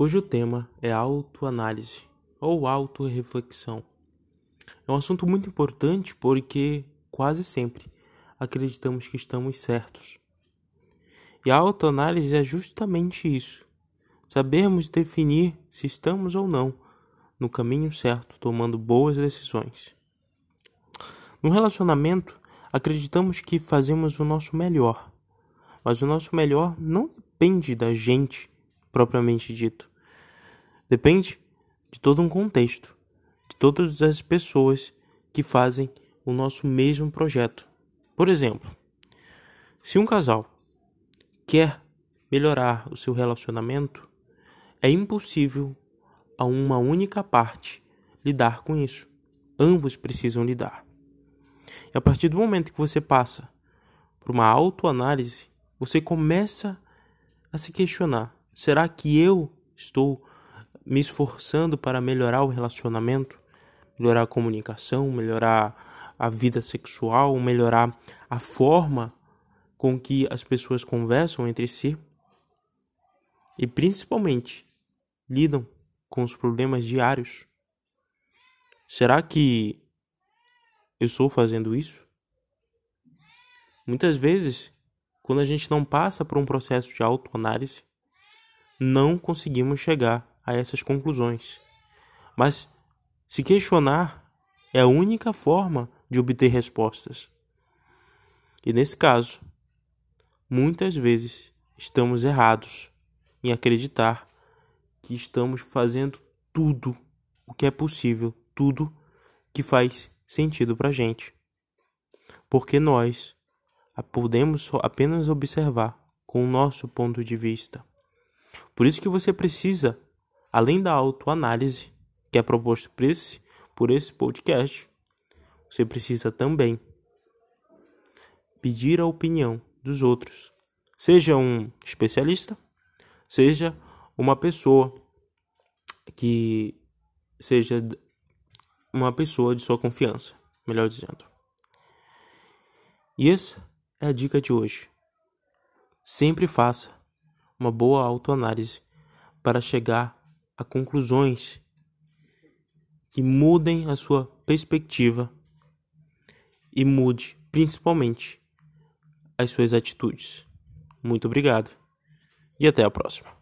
Hoje o tema é autoanálise ou autorreflexão. É um assunto muito importante porque quase sempre acreditamos que estamos certos. E a autoanálise é justamente isso: sabermos definir se estamos ou não no caminho certo, tomando boas decisões. No relacionamento, acreditamos que fazemos o nosso melhor, mas o nosso melhor não depende da gente propriamente dito. Depende de todo um contexto, de todas as pessoas que fazem o nosso mesmo projeto. Por exemplo, se um casal quer melhorar o seu relacionamento, é impossível a uma única parte lidar com isso. Ambos precisam lidar. E a partir do momento que você passa por uma autoanálise, você começa a se questionar: será que eu estou me esforçando para melhorar o relacionamento, melhorar a comunicação, melhorar a vida sexual, melhorar a forma com que as pessoas conversam entre si e principalmente lidam com os problemas diários? Será que eu estou fazendo isso? Muitas vezes, quando a gente não passa por um processo de autoanálise, não conseguimos chegar a essas conclusões. Mas se questionar é a única forma de obter respostas. E nesse caso, muitas vezes estamos errados em acreditar que estamos fazendo tudo o que é possível, tudo que faz sentido pra gente. Porque nós podemos apenas observar com o nosso ponto de vista. Por isso que você precisa, além da autoanálise que é proposto por esse podcast, você precisa também pedir a opinião dos outros. Seja um especialista, seja uma pessoa que seja uma pessoa de sua confiança, melhor dizendo. E essa é a dica de hoje. Sempre faça uma boa autoanálise para chegar a conclusões que mudem a sua perspectiva e mude principalmente as suas atitudes. Muito obrigado e até a próxima.